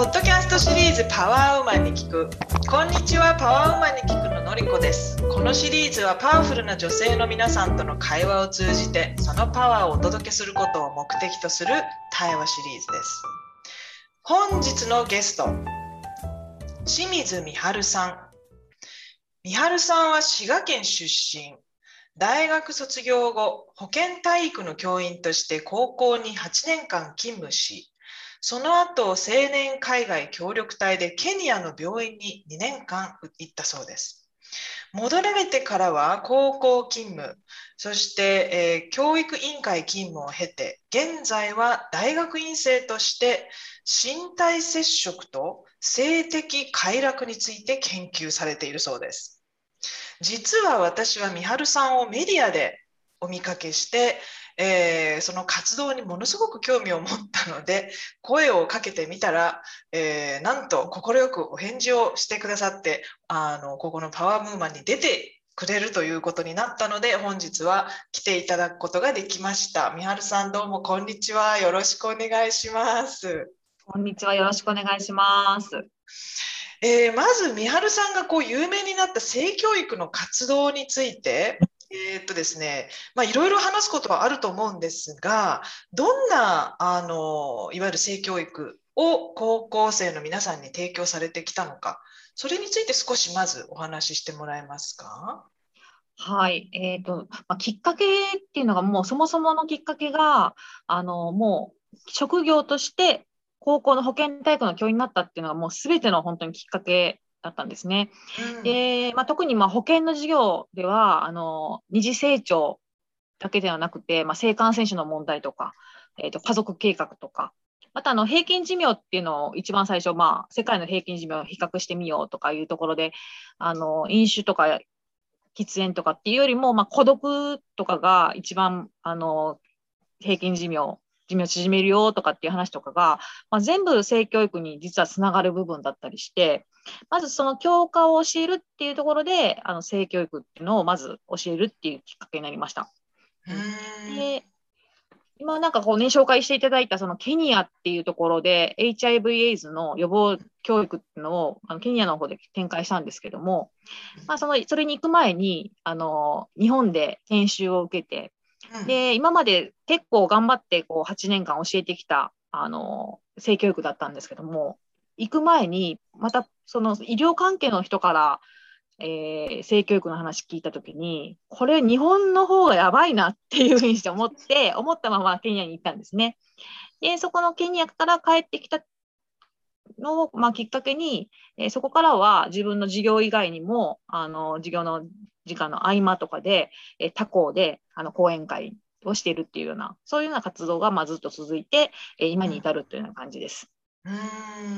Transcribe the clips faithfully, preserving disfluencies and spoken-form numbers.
ポッドキャストシリーズパワーウーマンに聞く。こんにちは、パワーウーマンに聞くののりこです。このシリーズはパワフルな女性の皆さんとの会話を通じて、そのパワーをお届けすることを目的とする対話シリーズです。本日のゲスト、清水美春さん。美春さんは滋賀県出身。大学卒業後、保健体育の教員として高校にはちねんかん勤務し、その後、青年海外協力隊でケニアの病院ににねんかん行ったそうです。戻られてからは高校勤務、そして、えー、教育委員会勤務を経て、現在は大学院生として身体接触と性的快楽について研究されているそうです。実は私は美春さんをメディアでお見かけして、えー、その活動にものすごく興味を持ったので声をかけてみたら、えー、なんと快くお返事をしてくださって、あのここのパワームーマンに出てくれるということになったので、本日は来ていただくことができました。美春さん、どうもこんにちは。よろしくお願いします。 こんにちは。よろしくお願いします。 えー、まず美春さんがこう有名になった性教育の活動について、えーっとですね、まあ、いろいろ話すことはあると思うんですが、どんなあのいわゆる性教育を高校生の皆さんに提供されてきたのか、それについて少しまずお話ししてもらえますか？ はい。えっと、まあ、きっかけっていうのが、もうそもそものきっかけが、あの、もう職業として高校の保健体育の教員になったっていうのが、もうすべての本当にきっかけだったんですね。 うん、 で、まあ、特にまあ保健の授業では、あの、二次成長だけではなくて、まあ、性感染症の問題とか、えっと、家族計画とか、またあの平均寿命っていうのを一番最初、まあ、世界の平均寿命を比較してみようとかいうところで、あの飲酒とか喫煙とかっていうよりも、まあ、孤独とかが一番あの平均寿命寿命を縮めるよとかっていう話とかが、まあ、全部性教育に実はつながる部分だったりして、まずその教科を教えるっていうところで、あの性教育っていうのをまず教えるっていうきっかけになりました。 ううん、 ん、 で今なんかこうね、紹介していただいたそのケニアっていうところで エイチアイブイ エイズの予防教育っていうのをあのケニアの方で展開したんですけども、まあ、そのそれに行く前にあの日本で研修を受けて、 うん、 で今まで結構頑張ってこうはちねんかん教えてきたあの性教育だったんですけども、行く前にまたその医療関係の人からえー性教育の話聞いたときに、これ日本の方がやばいなっていうふうにして思って、思ったままケニアに行ったんですね。で、そこのケニアから帰ってきたのを、まあ、きっかけに、えーそこからは自分の授業以外にも、あの、授業の時間の合間とかで、えー他校で、あの、講演会をしているっていうような、そういうような活動が、まあ、ずっと続いて、えー今に至るというような感じです。 うん。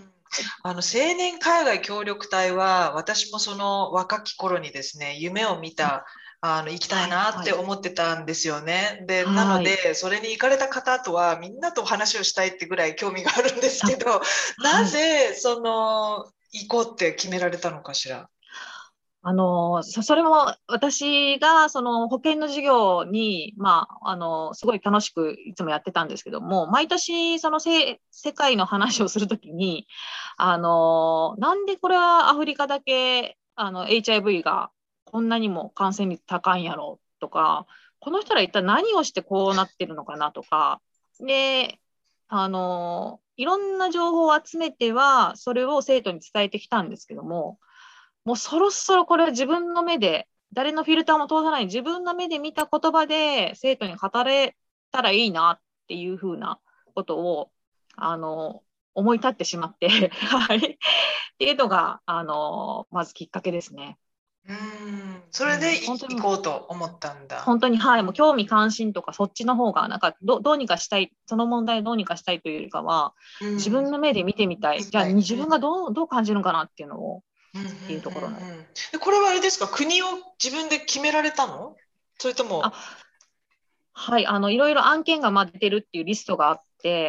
あの青年海外協力隊は私もその若き頃にですね、夢を見た、あの行きたいはい、 なってはい、 思ってたんですよね。で、なのはい。 でそれに行かれた方とはみんなと話をしたいってぐらい興味があるんですけあ、 ど、なはい。 ぜその行こうって決められたのかしら？ あの、そそれも私がその保険の授業に、まあ、あの、すごい楽しくいつもやってたんですけども、毎年そのせ世界の話をするときに、あの、なんでこれはアフリカだけ、あの、エイチアイブイ がこんなにも感染率高いんやろうとか、この人ら一体何をしてこうなってるのかなとか、で、あの、いろんな情報を集めては、それを生徒に伝えてきたんですけども、もうそろそろこれは自分の目で、誰のフィルターも通さない自分の目で見た言葉で生徒に語れたらいいなっていうふうなことを、あの、思い立ってしまって、はい。っていうのが、あの、まずきっかけですね。 うーん、そうん、 れで本当に、 行こうと思ったんだ。 本当に、はい、もう興味関心とかそっちの方が、なんかど、どうにかしたい、その問題をどうにかしたいというよりかは、 うん、 自分の目で見てみたい。じゃあ、 みたい。 自分がどう、どう感じるのかなっていうのを、 うんうんうんっていうところの。 うん。で、これはあれですか、国を自分で決められたの？それとあ、 も、 はい、あの、いろいろ案件がまあ出てるっていうリストがあって、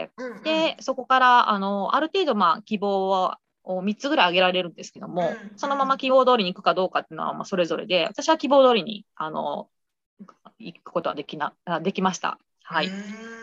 うんうんうんで、そこから、あの、ある程度、まあ、希望を、をみっつぐらい挙げられるんですけども、そのまま希望通りに行くかどうかっていうのは、まあ、それぞれで、私は希望通りに、あの、行くことはできな、あできました。 うん。うはい。 ーん。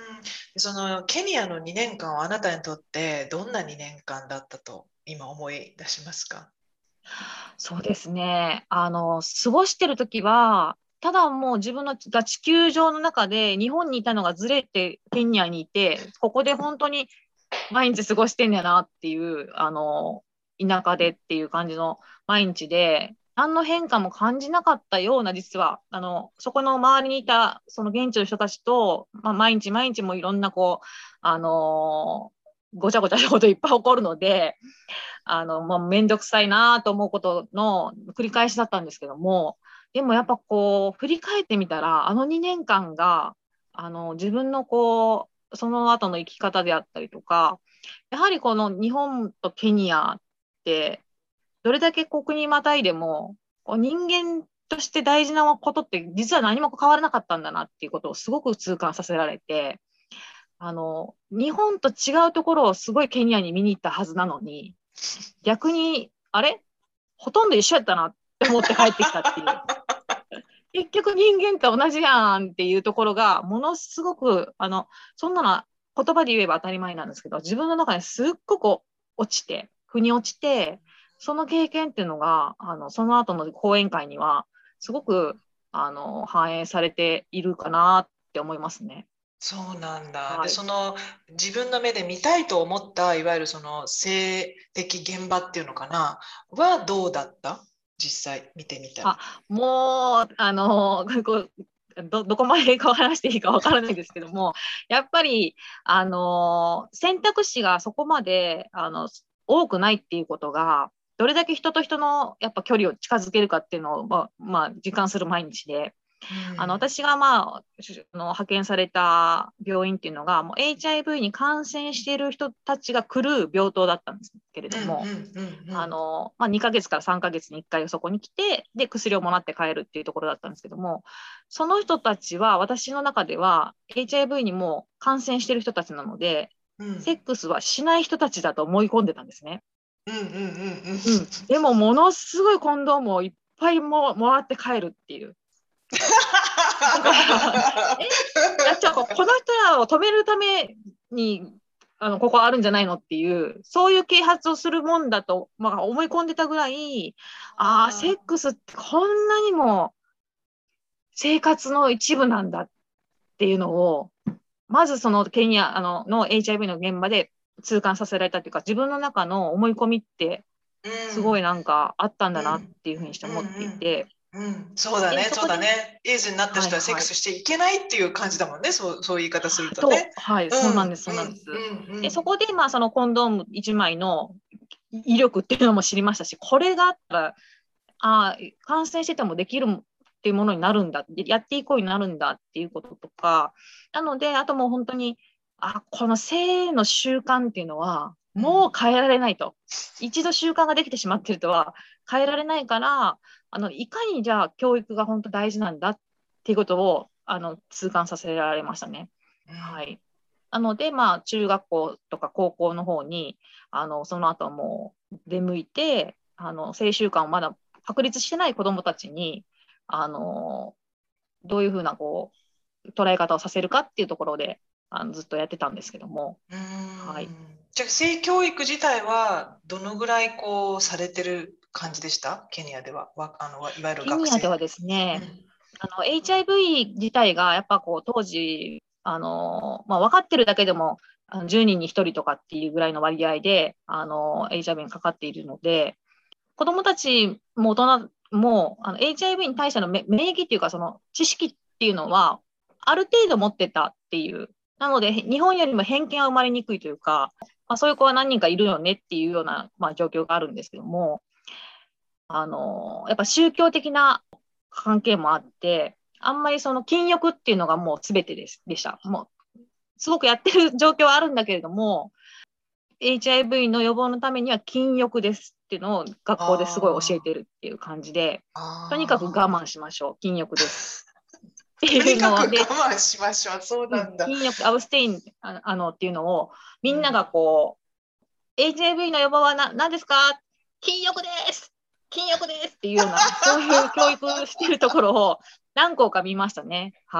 そのケニアのにねんかんはあなたにとってどんなにねんかんだったと今思い出しますか？ そうですね。あの、過ごしてるときは、ただもう自分のが地球上の中で日本にいたのがずれてケニアにいて、ここで本当に毎日過ごしてんだよなっていう、あの、田舎でっていう感じの毎日で、何の変化も感じなかったような、実は、あの、そこの周りにいた、その現地の人たちと、まあ、毎日毎日もいろんな、こう、あのごちゃごちゃしたこといっぱい起こるので、あの、もうめんどくさいなと思うことの繰り返しだったんですけども、でもやっぱこう、振り返ってみたら、あのにねんかんが、あの、自分のこう、その後の生き方であったりとか、やはりこの日本とケニアって、どれだけ国にまたいでも、こう人間として大事なことって実は何も変わらなかったんだなっていうことをすごく痛感させられて、あの、日本と違うところをすごいケニアに見に行ったはずなのに、逆に、あれほとんど一緒やったなって思って帰ってきたっていう。結局人間と同じやんっていうところが、ものすごく、あの、そんなの言葉で言えば当たり前なんですけど、自分の中にすっごく落ちて、腑に落ちて、その経験っていうのが、あの、その後の講演会には、すごく、あの、反映されているかなって思いますね。 そうなんだ。で、 はい。 その自分の目で見たいと思った、いわゆるその性的現場っていうのかな、はどうだった実際見てみたら。 あ、もう、あの、こうど、どこまでこう話していいかわからないですけども、やっぱり、あの、選択肢がそこまで、あの、多くないっていうことが、どれだけ人と人のやっぱ距離を近づけるかっていうのを、まあ、まあ、実感する毎日で、 うあの、 ん。 私が、まあ、あの派遣された病院っていうのが、もう エイチアイブイ に感染している人たちが来る病棟だったんですけれうんうども、 んうんうん。 あの、まあ、にかげつからさんかげつにいっかいそこに来て、で、薬をもらって帰るっていうところだったんですけども、その人たちは、私の中では、エイチアイブイ にも感染している人たちなので、 うんセックスはしない人たちだと思い込んでたんですね。 うんうんうんうんうん。 うん。でも、ものすごいコンドームをいっぱいももらって帰るっていう。だから、え、やっちゃう、この人らを止めるために、あの、ここあるんじゃないのっていう、そういう啓発をするもんだと、まあ、思い込んでたぐらい、ああ、セックスってこんなにも生活の一部なんだっていうのを、まずそのケニアあのの エイチアイブイ の現場で痛感させられたというか、自分の中の思い込みって、すごいなんかあったんだなっうんていうふうにしてうん思っていて、 うんうん。そうだで、 ね、そうそこで、 だね。エイズになった人はセッはいはい。 クスしていけないっていう感じだもんね。そう、そういう言い方するとね。 と、はい、 うんそうなんです、そうなんです。 うんうんうで、そん。 こで、まあ、そのコンドームいちまいの威力っていうのも知りましたし、これがあったら、あ感染しててもできるっていうものになるんだ、やっていこうになるんだっていうこととか、なので、あともう本当に、あ、この性の習慣っていうのは、もう変えられないと。一度習慣ができてしまっているとは変えられないから、あの、いかにじゃあ教育が本当大事なんだっていうことを、あの、痛感させられましたね。はい。なので、まあ、中学校とか高校の方に、あの、その後はもう出向いて、あの、性習慣をまだ確立してない子どもたちに、あの、どういうふうな、こう、捉え方をさせるかっていうところで、あのずっとやってたんですけども、 うーはい。 ん。じゃあ、性教育自体はどのぐらいこうされてる感じでしたケニアでは、わあのいわゆるケ学生。 ニアではですね、 うん。 あの、エイチアイブイ 自体が、やっぱこう、当時、あの、まあ、分かってるだけでも、あのじゅうにんにひとりとかっていうぐらいの割合で、あの、エイチアイブイ にかかっているので、子供たちも大人も、あの、エイチアイブイ に対しての免疫っていうか、その知識っていうのは、ある程度持ってたっていう。なので、日本よりも偏見は生まれにくいというか、まあ、そういう子は何人かいるよねっていうような、まあ、状況があるんですけども、あの、やっぱ宗教的な関係もあって、あんまりその禁欲っていうのがもう全てです、でした。もう、すごくやってる状況はあるんだけれども、エイチアイブイ の予防のためには禁欲ですっていうのを学校ですごい教えてあるっていう感じで、とにかく我あ、あ慢しましょう、禁欲です。っあ。 てとにかく我いうので、 慢しましょう。そううん、 なんだ。 禁欲、アブステインああのっていうのをみんなうん。 がこう、エイチアイブイ の予防はな何ですか？禁欲です禁欲ですっていうような、そういう教育してるところを何校か見ましたね。はい。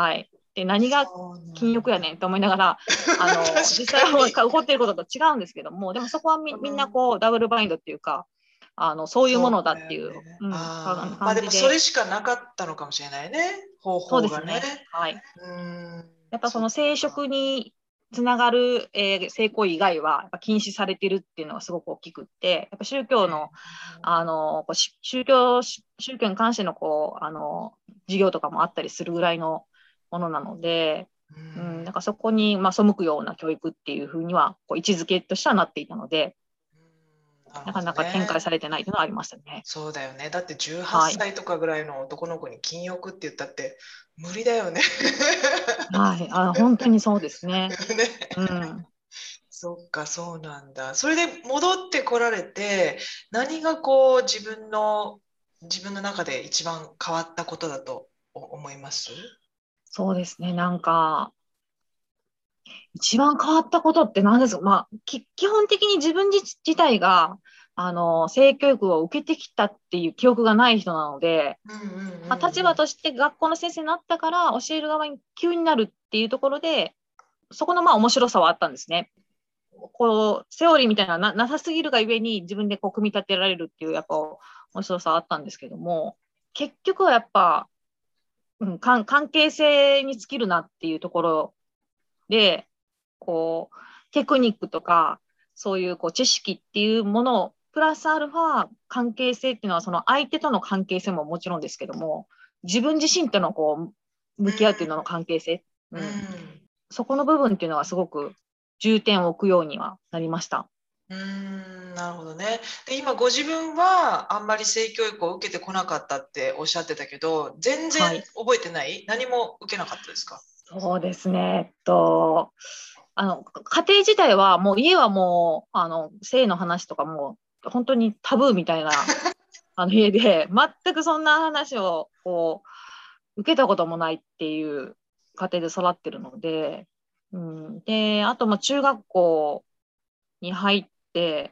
で何が禁欲やねんと思いながら、あの実際は起こっていることと違うんですけども、でもそこは み, みんなこうダブルバインドっていうか、あのそういうものだっていう、 そうだよね。 うん、 あーまあでもそ感じで、 れしかなかったのかもしれないね、方そう法がね。 ですね。はい。 うーん、 やっぱそそっの生か。 殖につながる、えー性行為以外はやっぱ禁止されてるっていうのがすごく大きくって、やっぱ宗教の、あのこうし宗教宗教に関してのこうあの授業とかもあったりするぐらいのものなので、 ううん、 ん、 なんかそこに、まあ、背くような教育っていうふうにはこう位置づけとしてはなっていたので、 うん、なるほどなかなか展開ね。 されてないというのはありましたね。 そうだよね。だって18 はい。 歳とかぐらいの男の子に禁欲って言ったって無理だよね。 はい。あ、本当にそうですね。うね。 ん。 そっか、そうなんだ。それで戻ってこられて、何がこう自分の、自分の中で一番変わったことだと思います？ そうですね。なんか、一番変わったことって何ですか？まあ、き基本的に自分自自体が、あの、性教育を受けてきたっていう記憶がない人なので、 うんうんうんまあ、立うん。 場として学校の先生になったから教える側に急になるっていうところで、そこのまあ面白さはあったんですね。こう、セオリーみたいなのはななさすぎるがゆえに自分でこう組み立てられるっていう、やっぱ面白さはあったんですけども、結局はやっぱ、うん、関関係性に尽きるなっていうところで、こう、テクニックとか、そういうこう知識っていうものを、プラスアルファ関係性っていうのは、その相手との関係性ももちろんですけども、自分自身とのこう、向き合うっていうのの関係性、ううん。うん、 ん。 そこの部分っていうのはすごく重点を置くようにはなりました。 うーん、なるほどね。で、今ご自分はあんまり性教育を受けてこなかったっておっしゃってたけど、全然はい。 覚えてない？何も受けなかったですか？ そうですね。えっと、あの、家庭自体はもう家はもう、あの、性の話とかもう本当にタブーみたいなあの家で、全くそんな話をこう受けたこともないっていう家庭で育ってるので、うん、で、あとまあ中学校に入って、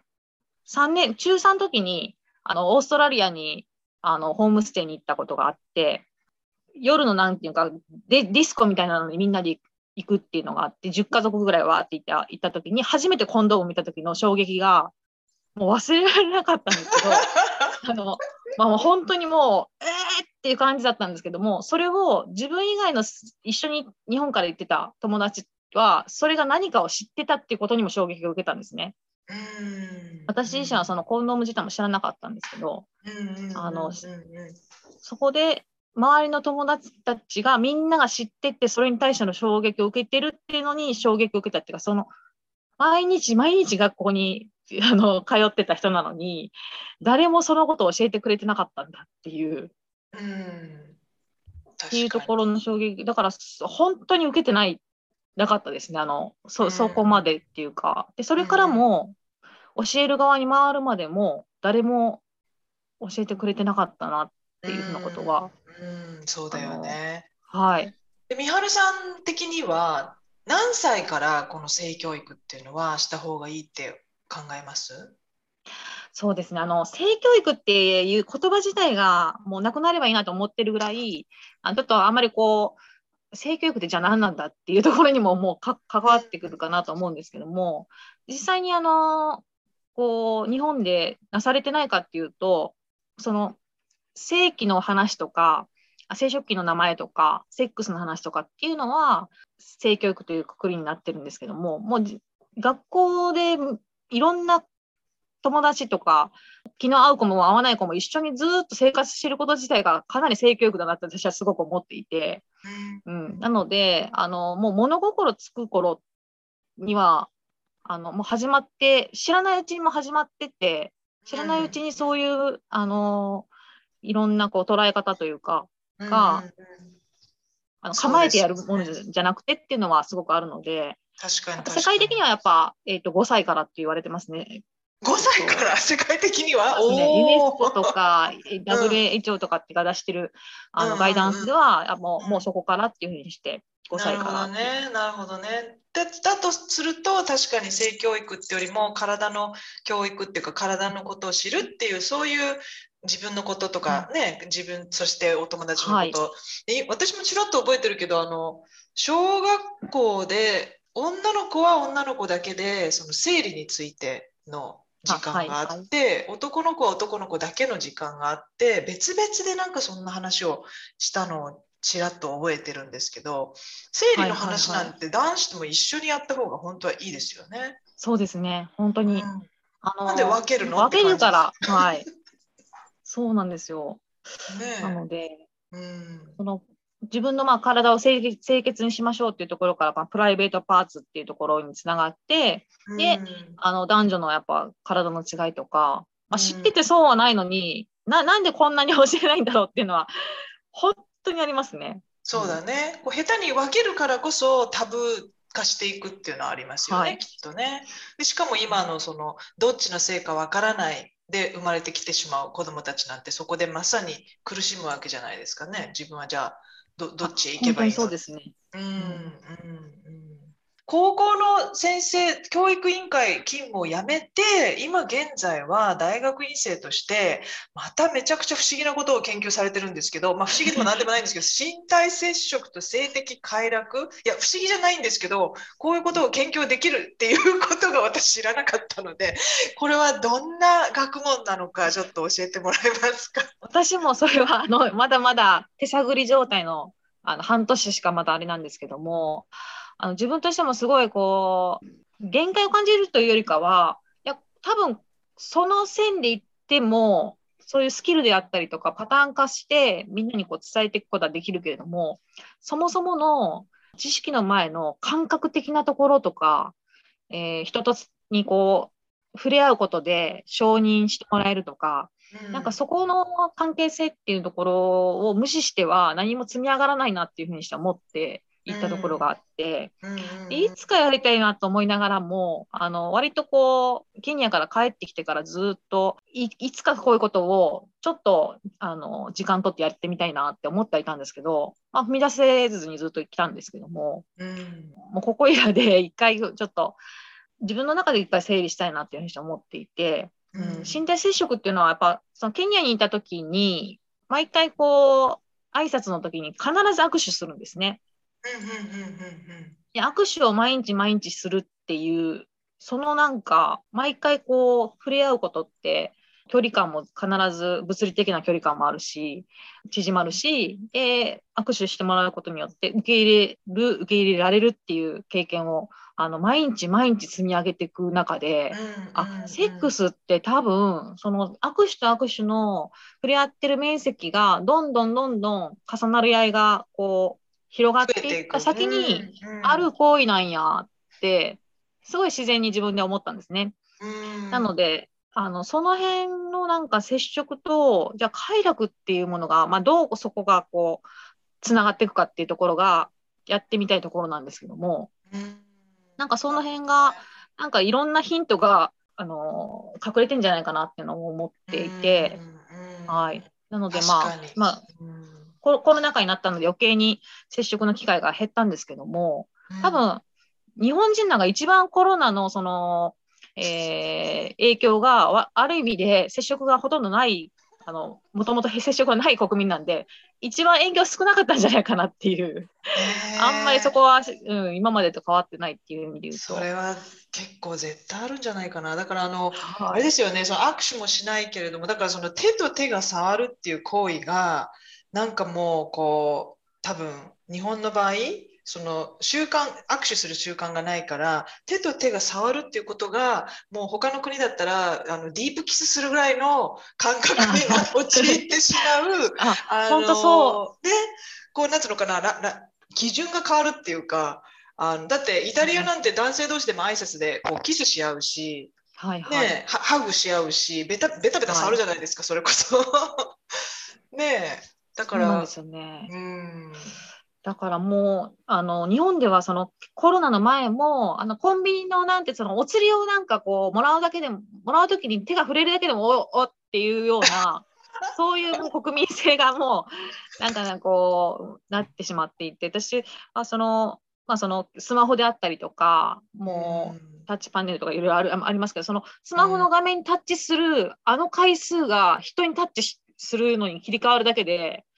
さんねん、中さんの時にあのオーストラリアにあのホームステイに行ったことがあって、夜のなんていうかデ、ディスコみたいなのにみんなで行くっていうのがあって、じゅっ家族ぐらいわーって行った行った時に、初めてコンドームを見た時の衝撃が、もう忘れられなかったんですけど、あの、まあ、もう本当にもう、えーっていう感じだったんですけども、それを自分以外の一緒に日本から行ってた友達は、それが何かを知ってたっていうことにも衝撃を受けたんですね。 うーん、 私自身はそのコンドーム自体も知らなかったんですけど、 うん、うん、うん、 あの、 うん、うん。 そこで周りの友達たちがみんなが知ってて、それに対しての衝撃を受けてるっていうのに衝撃を受けたっていうか、その毎日毎日学校にあの通ってた人なのに、誰もそのことを教えてくれてなかったんだっていう、っうん、 ていうと確かに。 ころの衝撃、だから本当に受けてない、なかったですね。あの、 うん、 そ、そこまでっていうか。で、そうん、うれからん。 も教える側に回るまでも誰も教えてくれてなかったなっうていうふうなことは、 ん、うん、そうだよあの、 ね。 はい。 で、みはるさん的には何歳からこの性教育っていうのはした方がいいって考えます？ そうですね。あの、性教育っていう言葉自体がもうなくなればいいなと思ってるぐらい、あちょっとあんまりこう、性教育ってじゃあ何なんだっていうところにももうか関うん、 わってくるかなと思うんですけども、実際にあの、こう、日本でなされてないかっていうと、その、性器の話とか、生殖器の名前とか、セックスの話とかっていうのは、性教育というくくりになってるんですけども、もう学校でいろんな友達とか、気の合う子も合わない子も一緒にずっと生活していること自体がかなり性教育だなって私はすごく思っていて、 うん、 うん、なので、あの、もう物心つく頃には、あの、もう始まって、知らないうちにも始まってて、知らないうちにそういう、あの、いろんなこう捉え方というか、 うん、うん、 が、 うん。 あの構えてそうですよやるものじゃね。 じゃなくてっていうのはすごくあるので、 確かに、 やっぱ世確かに。 界的にはやっぱ、えっと、ごさいからって言われてますね。えっごさいかと、 ら世界的には？ そうですね、ユネスおおー。 コとかうん、うん、 ダブリューエイチオー とかってが出してるうん、 あのガイダンスでうん。 は、あもう、もううん、 そこからっていうふうにして、5 なるほ歳からっていう。 どね。なるほどね。だ、だとすると、確かに性教育ってよりも、体の教育っていうか、体のことを知るっていう、そういう自分のこととうん、 かね、自分、そしてお友達のはい。 こと。で私もちらっと覚えてるけど、あの、 小学校で女の子は女の子だけでその生理についての時あ、は間があいはい。 って、男の子は男の子だけの時間があって、別々でなんかそんな話をしたのをちらっと覚えてるんですけど、生理はいのはいはい。 話なんて男子とも一緒にやった方が本当はいいですよね。 そうですね。本当に。 うん、 あなんでの、 分けるのって分け感じです。 るから、はい。そうなんですよ。なねので、 え。うん。 その自分のまあ体を清潔清潔にしましょうっていうところから、まあ、プライベートパーツっていうところにつながって、 うで、 ん。 あの男女のやっぱ体の違いとか、まあ、知ってうん。 てそうはないのにな、なんでこんなに教えないんだろうっていうのは、本当にありますね。うそうだん、 ね。こう下手に分けるからこそタブー化していくっていうのはありますよね、 はい。 きっとね。で、しかも今のそのどっちのせいかわからないで生まれてきてしまう子どもたちなんてそこでまさに苦しむわけじゃないですかね。自分はじゃあど、どっあ、 ちへ行け本当にばいいの。 そうですね。 うん、うん、 うん、 うん。高校の先生、教育委員会勤務を辞めて、今現在は大学院生として、まためちゃくちゃ不思議なことを研究されてるんですけど、まあ不思議でもなんでもないんですけど、身体接触と性的快楽、いや不思議じゃないんですけど、こういうことを研究できるっていうことが私知らなかったので、これはどんな学問なのかちょっと教えてもらえますか？ 私もそれはあのまだまだ手探り状態の、あの半年しかまだあれなんですけども、あの自分としてもすごいこう限界を感じるというよりかは、いや多分その線で言ってもそういうスキルであったりとかパターン化してみんなにこう伝えていくことはできるけれども、そもそもの知識の前の感覚的なところとか、えー人とにこう触れ合うことで承認してもらえるとか、なんかうん、 そこの関係性っていうところを無視しては何も積み上がらないなっていうふうにして思ってういったところがあん、 って、 うん、うでいん、 つかやりたいなと思いながらも、あの割とこうケニアから帰ってきてからずっとい、いつかこういうことをちょっとあの時間取ってやってみたいなって思っていたんですけど、まあ、踏み出せずにずっと来たんですけども、 うん、 もうここいらで一回ちょっと自分の中でいっぱい整理したいなっていうふうに思っていて、うん、 うん、 身体接触っていうのはやっぱそのケニアにいた時に毎回こう挨拶の時に必ず握手するんですね。 うん、うん、うん、 で握手を毎日毎日するっていうそのなんか毎回こう触れ合うことって距離感も必ず物理的な距離感もあるし縮まるし、で握手してもらうことによって受け入れる受け入れられるっていう経験をあの毎日毎日積み上げていく中で、 うん、 あ、セッうん、 クスって多分その握手と握手の触れ合ってる面積がどんどんどんどん重なり合いがこう広がっ増えていったていく。うん、 先にあうん、 る行為なんやってすごい自然に自分で思ったんですね。 うん、 なのであのその辺のなんか接触とじゃあ快楽っていうものが、まあ、どうそこがこうつながっていくかっていうところがやってみたいところなんですけども、 うん。 なんかそのなるほ辺がどね。 なんかいろんなヒントがあの隠れてんじゃないかなっていうのを思っうん、 ていて、 うん。 はい。なのでまあ、 確かに。 まあ、 うん、 コロナ禍になったので余計に接触の機会が減ったんですけども、 うん、 多分日本人なんか一番コロナのその、えー影響がある意味で接触がほとんどない、あの、もともと接触がない国民なんで、一番影響少なかったんじゃないかなっていう、 へあんまりそこえ、 は、うん、今までと変わってないっていう意味で言うと、 それは結構絶対あるんじゃないかな。だからあの、あはい。 れですよね、その握手もしないけれども、だからその手と手が触るっていう行為が、なんかもうこう、多分日本の場合、その習慣、握手する習慣がないから、手と手が触るっていうことが、もう他の国だったら、あのディープキスするぐらいの感覚にな陥ってしまう、 あ、 あ本当そう。 の、ね、こう、なんつうのかな、らら基準が変わるっていうか、あのだってイタリアなんて男性同士でも挨拶でこうキスし合うし、 はいはい。 ねえ、はハグし合うし、ベタベタベタ触るはい。 じゃないですか、それこそ。ねえ、だから、 そうなんですよね。 うん、 だからもう、あの、日本ではそのコロナの前も、あの、コンビニのなんて、そのお釣りをなんかこう、もらうだけでも、もらうときに手が触れるだけでも、お、おっていうような、そういうもう国民性がもう、なんかね、こう、なってしまっていて、私はその、まあその、スマホであったりとか、 うもう、 ん、 タッチパネルとかいろいろある、あありますけど、そのスマホのうん、 画面にタッチする、あの回数が人にタッチするのに切り替わるだけで、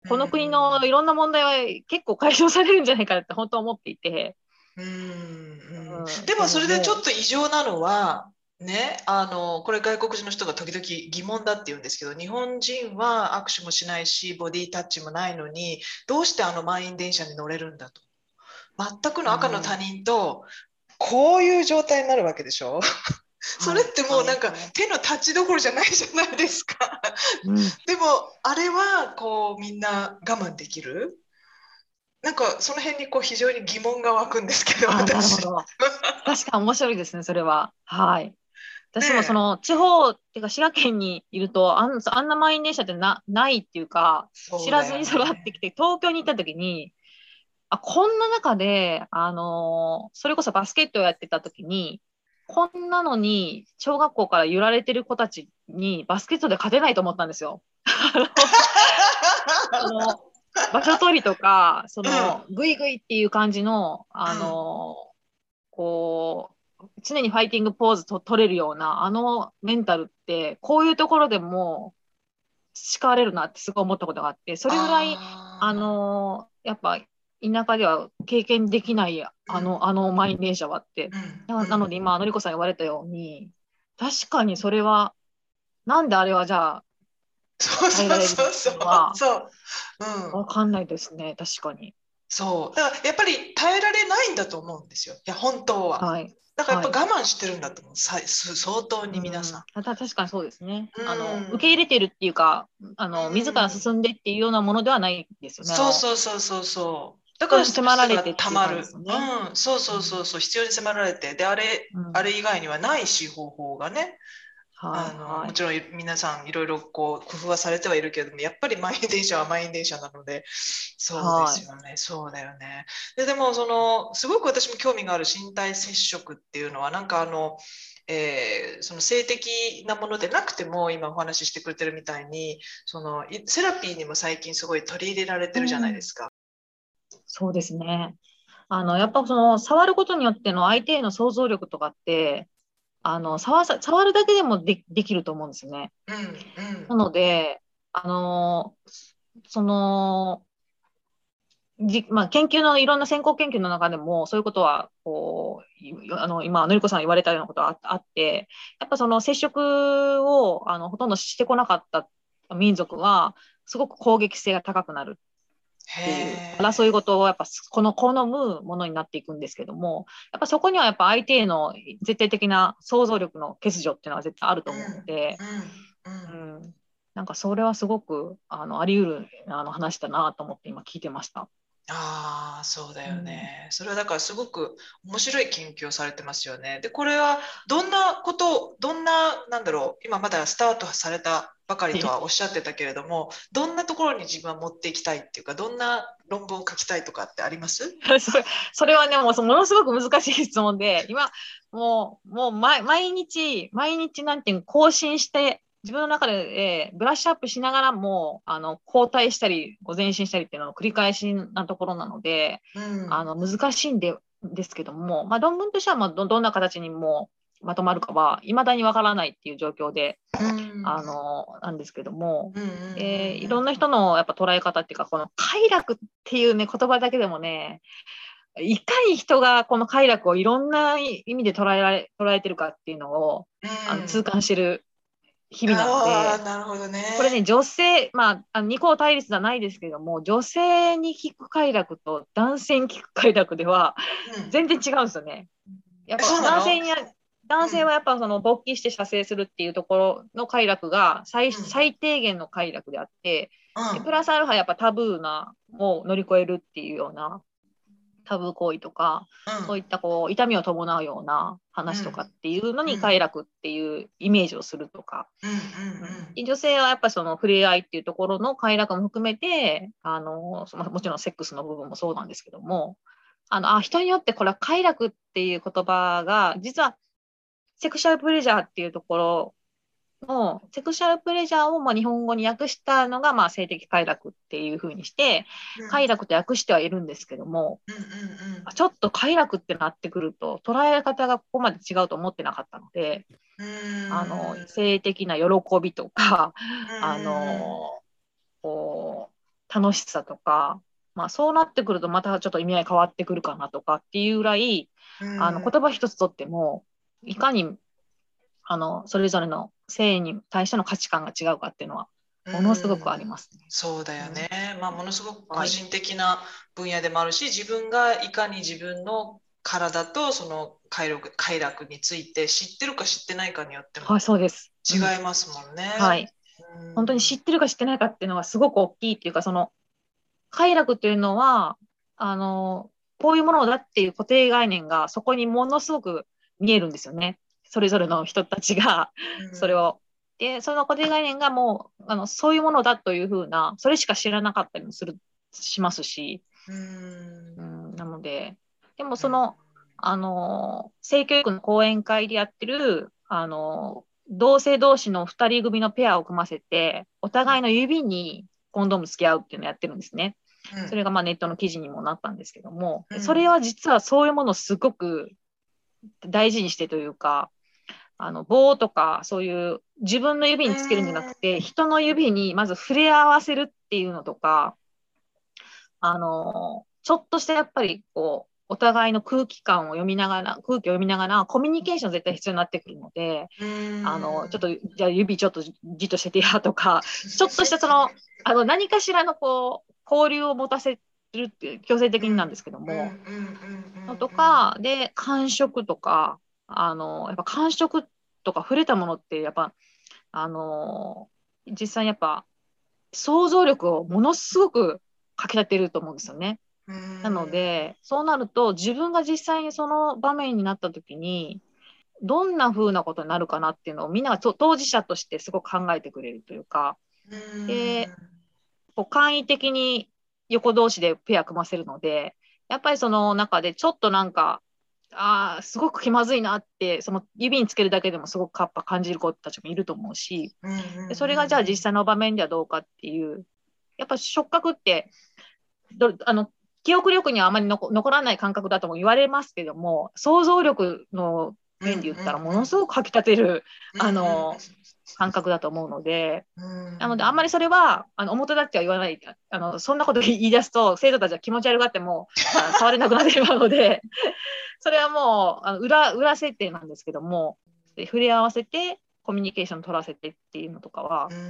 この国のいろんな問題は結構解消されるんじゃないかって本当思っていて、 うんうんうんでもそれでちょっもと異常なのは、ね、あのこれ外国人の人が時々疑問だって言うんですけど、日本人は握手もしないしボディタッチもないのにどうしてあの満員電車に乗れるんだと。全くう、 の赤の他うん、 人とこういう状態になるわけでしょ。それっはい、はい、 てもうなんかはい。 手のタッチどころじゃないじゃないですか。 うん、 でもあれはこうみんな我慢できる。なんかその辺にこう非常に疑問が湧くんですけど、 あ、なるほ私。 ど。確かに面白いですね、それは。はい。 ね私もそえ、 の地方っていうか滋賀県にいるとあん、あんな満員電車ってな、ないっていうか、知そうだよらずに育ってきね。 て、東京に行った時に、あ、こんな中で、あのーそれこそバスケットをやってた時に、こんなのに、小学校から揺られてる子たちにバスケットで勝てないと思ったんですよ。あの、その場所取りとか、そうん、 の、グイグイっていう感じの、あうん。 のーこう、常にファイティングポーズと取れるような、あのメンタルって、こういうところでも培われるなってすごい思ったことがあって、それぐらい、ああのーやっぱ田舎では経験できない、 あ、うん、 あの、あの満員電車はって。 うん、 な、 うん。 なので今、のりこさん言われたように、確かにそれは、なんであれはじゃあそうそう耐えられるのそうそう、 っていうのは、 そう。うん。 わかんないですね、確かに。 そう。だからやっぱり耐えられないんだと思うんですよ。いや、本当は。 はい。 だからやっはい。 ぱ我慢してるんだと思う。さす相当にう皆さん、た確かにそうですね。 ん。うあの、受け入ん。 れてるっていうか、あうの、自らん。 進んでっていうようなものではないですよね。あそうの、 そうそうそうそう。だから人に迫らストレスがれてっていうたまる。 感じですよね。 うん。そううん。 そうそうそう。必要に迫られて。で、あれ、 うん。 あれ以外にはないし、方法がね。 はい、 あの、 はい。 もちろん皆さんいろいろこう工夫はされてはいるけれども、やっぱり満員電車は満員電車なので、そうではい。 すよね、そうだよね。で、でもその、すごく私も興味がある身体接触っていうのは、なんかあの、えーその性的なものでなくても、今お話ししてくれてるみたいに、そのいセラピーにも最近すごい取り入れられてるじゃないでうん。 すか。 そうですね。あの、やっぱその、触ることによっての相手への想像力とかって、あの、触さ、触るだけでもで、できると思うんですね。 うん、うん、 なので、あの、その、じ、まあ、研究のいろんな先行研究の中でも、そういうことは、こう、いあの、今、のりこさんが言われたようなことはああって、やっぱその接触を、あの、ほとんどしてこなかった民族は、すごく攻撃性が高くなるへっていう、争いえ、 事をやっぱ、この、好むものになっていくんですけども、やっぱそこにはやっぱ相手への絶対的な想像力の欠如っていうのは絶対あると思うのうん、 で、 うん、うん。 うん、なんかそれはすごく、あの、あり得る、あの、話だなと思って今聞いてました。 ああ、そうだうん。 よね。それはだからすごく面白い研究をされてますよね。で、これはどんなこと、どんな、なんだろう、今まだスタートされたばかりとはおっしゃってたけれども、どんなところに自分は持っていきたいっていうか、どんな論文を書きたいとかってあります？ それ、それはね、もうものすごく難しい質問で、今、もう、もう毎毎日、毎日なんていうの更新して、自分の中で、えーブラッシュアップしながらも、あの、後退したり、こう前進したりっていうのを繰り返しなところなので、 うん。 あの、難しいんで、ですけども、まあ、論文としては、まあ、ど、どんな形にもまとまるかは、未だにわからないっていう状況で、 うん。 あの、なんですけども、 うんうんうんえーいうん。 ろんな人のやっぱ捉え方っていうか、この快楽っていうね、言葉だけでもね、いかに人がこの快楽をいろんな意味で捉えられ、捉えてるかっていうのを、 うあの痛ん。 感してる日々なのああ、 で、 なるほどこれね、 ね。 女性、まあ、あの二項対立じゃないですけども、女性に聞く快楽と男性に聞く快楽ではうん。 全然違うんですよね。やっえ、 ぱそうなの？ 男性にや、男性はうん。 やっぱその勃起して射精するっていうところの快楽が最、 うん。 最低限の快楽であって、で、プうん。 ラスアルファやっぱタブーなを乗り越えるっていうようなタブー行為とか、そういったこう痛みを伴うようなうん。 話とかっていうのに快うん。 楽っていうイメージをするとか、 うん。うん。 うん、 うん。 女性はやっぱりその触れ合いっていうところの快楽も含めて、あの、そのもちろんセックスの部分もそうなんですけども、あの、あ、人によってこれは快楽っていう言葉が、実はセクシャルプレジャーっていうところの、セクシャルプレジャーをまあ日本語に訳したのが、まあ、性的快楽っていうふうにして、 うん。 快楽と訳してはいるんですけども、 うん。うん。 ちょっと快楽ってなってくると、捉え方がここまで違うと思ってなかったので、 うあの、 ん。 性的な喜びとか、 うん。 あうん。 の、こう、 楽しさとか、まあ、そうなってくるとまたちょっと意味合い変わってくるかなとかっていうぐらい、あのうん、 言葉一つとってもいかにあのそれぞれの性に対しての価値観が違うかっていうのはうものすごくあん、 りますね。 そうだよね。まあ、ものすごくうん、はい。 個人的な分野でもあるし、自分がいかに自分の体とその快楽、快楽について知ってるか知ってないかによってはい、 もそうです。うん。 違いますもんね。 はい。 うん、 本当に知ってるか知ってないかっていうのはすごく大きいっていうか、その快楽っていうのは、あの、こういうものだっていう固定概念がそこにものすごく見えるんですよね。それぞれの人たちがうん、 それを。で、その固定概念がもう、あの、そういうものだというふうな、それしか知らなかったりもする、しますし、 うん、 うん、なので、でもうん、 その、あの、性教育の講演会でやってる、あの、同性同士の二人組のペアを組ませて、お互いの指にコンドーム付き合うっていうのをやってるんですね。 うん、 それがまあネットの記事にもなったんですけども、 うん、 それは実はそういうものをすごく大事にしてというか、あの棒とかそういう自分の指につけるんじゃなくて、人の指にまず触れ合わせるっていうのとか、あの、ちょっとしたやっぱりこう、お互いの空気感を読みながら、空気を読みながら、コミュニケーション絶対必要になってくるので、 うん、 あの、ちょっと、じゃあ指ちょっとじっとしててやとか、ちょっとしたその、あの、何かしらのこう、交流を持たせるっていう、強制的うん、 になんですけどうん、うん、うも、のとん、 か、で、感触とか、あの、やっぱ感触とか触れたものって、やっぱ、あの、実際にやっぱ、想像力をものすごくかき立てると思うんですよね。 うん、うなのん、 で、そうなると、自分が実際にその場面になった時に、どんな風なことになるかなっていうのをみんながと当事者としてすごく考えてくれるというか、 うん、 で、こう簡易的に横同士でペア組ませるので、やっぱりその中でちょっとなんか、ああ、すごく気まずいなって、その指につけるだけでもすごくやっぱ感じる子たちもいると思うし、 うん、うでそれがじゃあ実ん、 際の場面ではどうかっていう、やっぱ触覚ってどあの記憶力にはあまり残残らない感覚だとも言われますけども、想像力のうん、うん、 面で言ったらものすごくかきたてるうん、 あの感覚だと思うので、 うん、 なのであんまりそれはあの表立っては言わない、あのそんなこと言い出すと生徒たちは気持ち悪がってもあ触れなくなってしまうので、それはもうあの裏裏設定なんですけども、で触れ合わせてコミュニケーション取らせてっていうのとかはうん、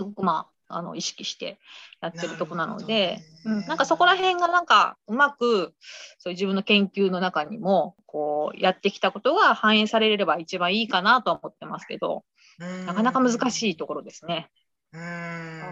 すごくまあ、あの意識してやってるなるとこなほどね。 ので、うん、なんかそこら辺がなんかうまくそういう自分の研究の中にもこうやってきたことが反映されれば一番いいかなと思ってますけど、 うなかなか難しいん、 ところですね。 うん、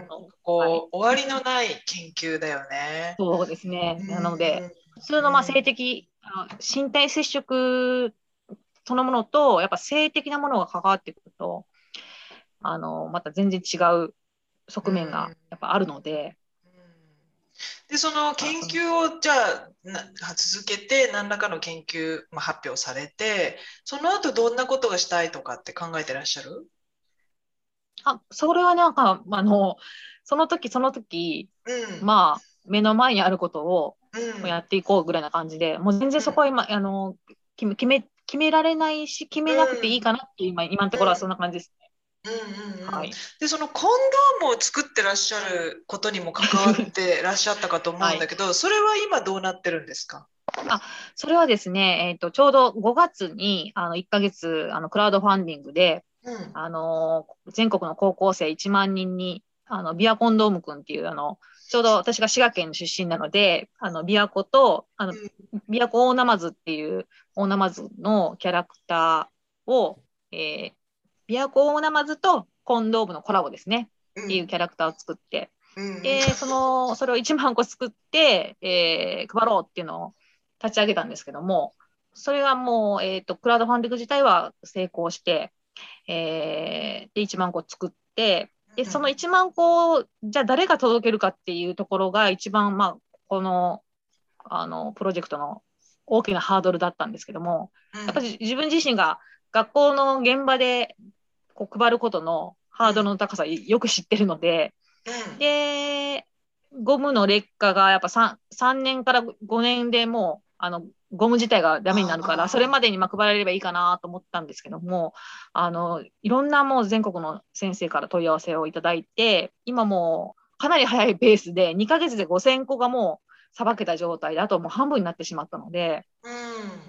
あのはい、 こう、終わりのない研究だよね。 そうですね。 うん、 なので、 う普通のまあ性的、あの身体接触そのものと、やっぱ性的なものが関わってくると、あのまた全然違う側面がん、 やっぱあるので、 で、その研だからその究をじゃあな続けて、何らかの研究、まあ、発表されて、その後どんなことがしたいとかって考えてらっしゃる？ あ、それはなんか、あの、その時その時、 うん、 まあ、目の前にあることをうん、うん、 やっていこうぐらいな感じで、もう全然そこは今、あの、決め、決め、決められないし、決めなくていいうん、 かなっていう、今、今のところはそんな感じですね。 うん、うん、うん。 はい。 で、そのコンドームを作ってらっしゃることにも関わってらっしゃったかと思はい。 うんだけど、それは今どうなってるんですか？ あ、それはですね、えっと、ちょうどごがつに、あの、いっかげつ、あの、クラウドファンディングで、 うん、 あの、全国の高校生いちまん人に、あの、ビアコンドームくんっていう、あの、ちょうど私が滋賀県出身なので、あの、ビアコと、あの、ビアコ大ナマズっていう大ナマズのキャラクターを、えー、ビアコ大ナマズとコンドームのコラボですね。っていううん、 キャラクターを作って、 うん、うん、 で、その、それをいちまん個作って、えー、配ろうっていうのを立ち上げたんですけども、それがもう、えっと、クラウドファンディング自体は成功して、えー、で、いちまん個作って、で、そのいちまん個を、じゃあ誰が届けるかっていうところが一番、まあ、この、あの、プロジェクトの大きなハードルだったんですけども、やっぱり自分自身が学校の現場でこう配ることのハードルの高さをよく知ってるので、 うん、 で、ゴムの劣化がやっぱ 3, さんねんからごねんでもう、あの、ゴム自体がダメになるから、それあまでにまあ配られればいいかなと思ったんですけども、あの、いろんなもう全国の先生から問い合わせをいただいて、今もかなり早いペースでにかげつでごせんこがもうさばけた状態で、あともう半分になってしまったので、 うん、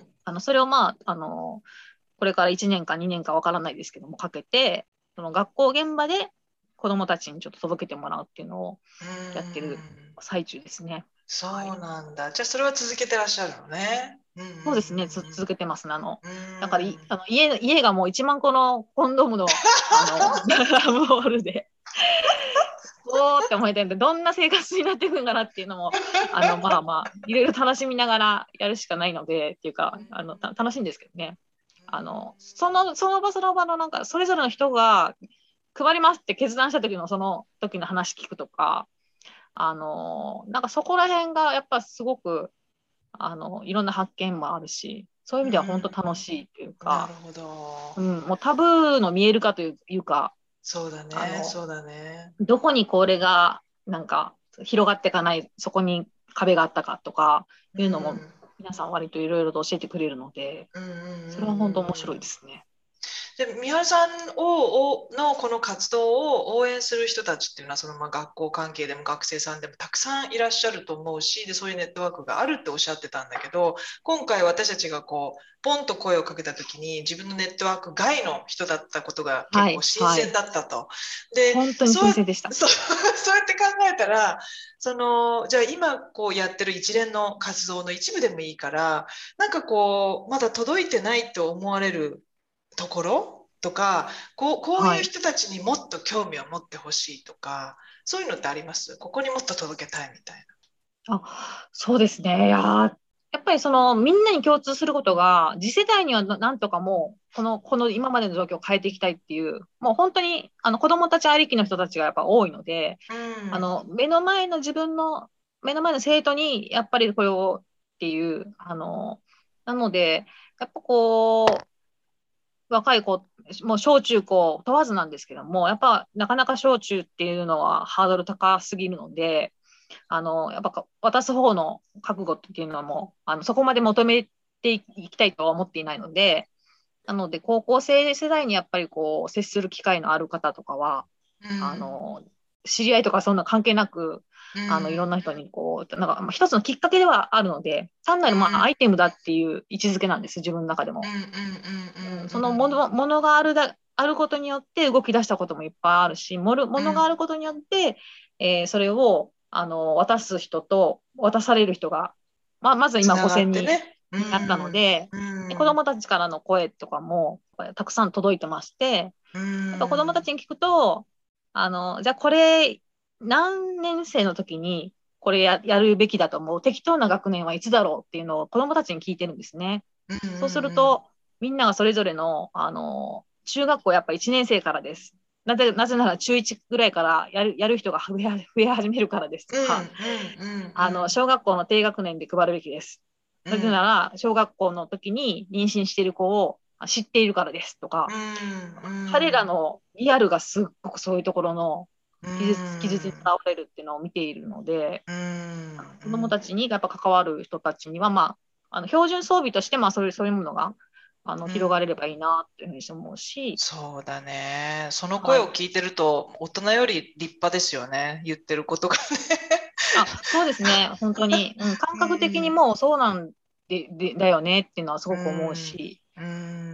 あのそれをまあ、あのこれからいちねんかにねんかわからないですけども、かけて、その学校現場で子どもたちにちょっと届けてもらうっていうのをやってるうん最中ですね。はい。 そうなんだ。じゃあそれは続けてらっしゃるのね。うんうんうんそうですね、つ続けてますね。あの、 うん。 だからいあの家、家がもういちまんこのコンドームの、あの、ボールで、おーって思えてるんで、どんな生活になっていくんかなっていうのも、あの、まあまあ、いろいろ楽しみながらやるしかないので、っていうか、あの、た楽しいんですけどね。あの、その、その場その場のなんか、それぞれの人が配りますって決断した時のその時の話聞くとか、あの、なんかそこら辺がやっぱすごく、あの、いろんな発見もあるし、そういう意味では本当楽しいというか、 なるほど。 うん、もうタブーの見える化といういうか、 そうだね、 あの、 そうだね。 どこにこれがなんか広がっていかない、そこに壁があったかとかうん。 いうのも皆さん割といろいろと教えてくれるので、 うんうんうんうんそれは本当面白いうん。 ですね。 で、三原さんを、をのこの活動を応援する人たちっていうのは、そのまあ学校関係でも学生さんでもたくさんいらっしゃると思うし、で、そういうネットワークがあるっておっしゃってたんだけど、今回私たちがこう、ポンと声をかけたときに、自分のネットワーク外の人だったことが結構はい、はい。 新鮮だったと。で、 本当にそう、 新鮮でした。 そう、そうやって考えたら、その、じゃあ今こうやってる一連の活動の一部でもいいから、なんかこう、まだ届いてないと思われるところとか、こう、こういうはい。 人たちにもっと興味を持ってほしいとか、そういうのってあります？ここにもっと届けたいみたいあ、そうですね。いやー、やっぱりそのみんなに共通することが、次世代にはななんとかもう、この、この今までの状況を変えていきたいっていう、もう本当にあの子供たちありきの人たちがやっぱ多いので、 な。うん。 あの、目の前の自分の、目の前の生徒に、やっぱりこれをっていう、あの、なので、やっぱこう、若い子、もう小中高問わずなんですけども、やっぱなかなか小中っていうのはハードル高すぎるので、あの、やっぱ渡す方の覚悟っていうのも、あの、そこまで求めていきたいとは思っていないので、なので、高校生世代にやっぱりこう、接する機会のある方とかは、 うん。 あの、知り合いとかそんな関係なく、 うん。 あの、いろんな人にこう、なんか、まあ、一つのきっかけではあるので、単なるまあ、アイテムだっていう位置づけなんです、自分の中でも。 うんうんうんうん、 うんそのもの、ものがあるだ、あることによって動き出したこともいっぱいあるし、もる、もうんうんのがあることによって、えーそれを、あの、渡す人と渡される人が、まあ、まず今つなが 5000人ってね。うになったのん。 で、 うで子ん。 供たちからの声とかもたくさん届いてまして、 うやっぱ子供たん。 ちに聞くと、あの、じゃあこれ、何年生の時にこれや、やるべきだと思う、適当な学年はいつだろうっていうのを子供たちに聞いてるんですね。 うんうそうするんと、みんながそれぞれの、あの、中学校やっぱいちねん生からです。なぜ、なぜなら中いちぐらいからやる、やる人が増え、増え始めるからですとうん。うんか、 うんあの、小学校の低学年で配るべきです。なぜなうんら、小学校の時に妊娠している子を知っているからですとか、 うんうん彼らのリアルがすっごくそういうところのう技術、技術にん現れるっていうのを見ているので、 うん子供たちにやっぱ関わる人たちには、まあ、あの標準装備として、まあ、そういう、そういうものがあのうん。 広がれればいいなっていうふうに思うし、 そうだね。その声はい。 を聞いてると、大人より立派ですよね。言ってることがね。 あ、そうですね。本当に、うん、感う覚的にん、 もうそうなんで、で、だよねっていうのはすうごく思うん、 し、 うん、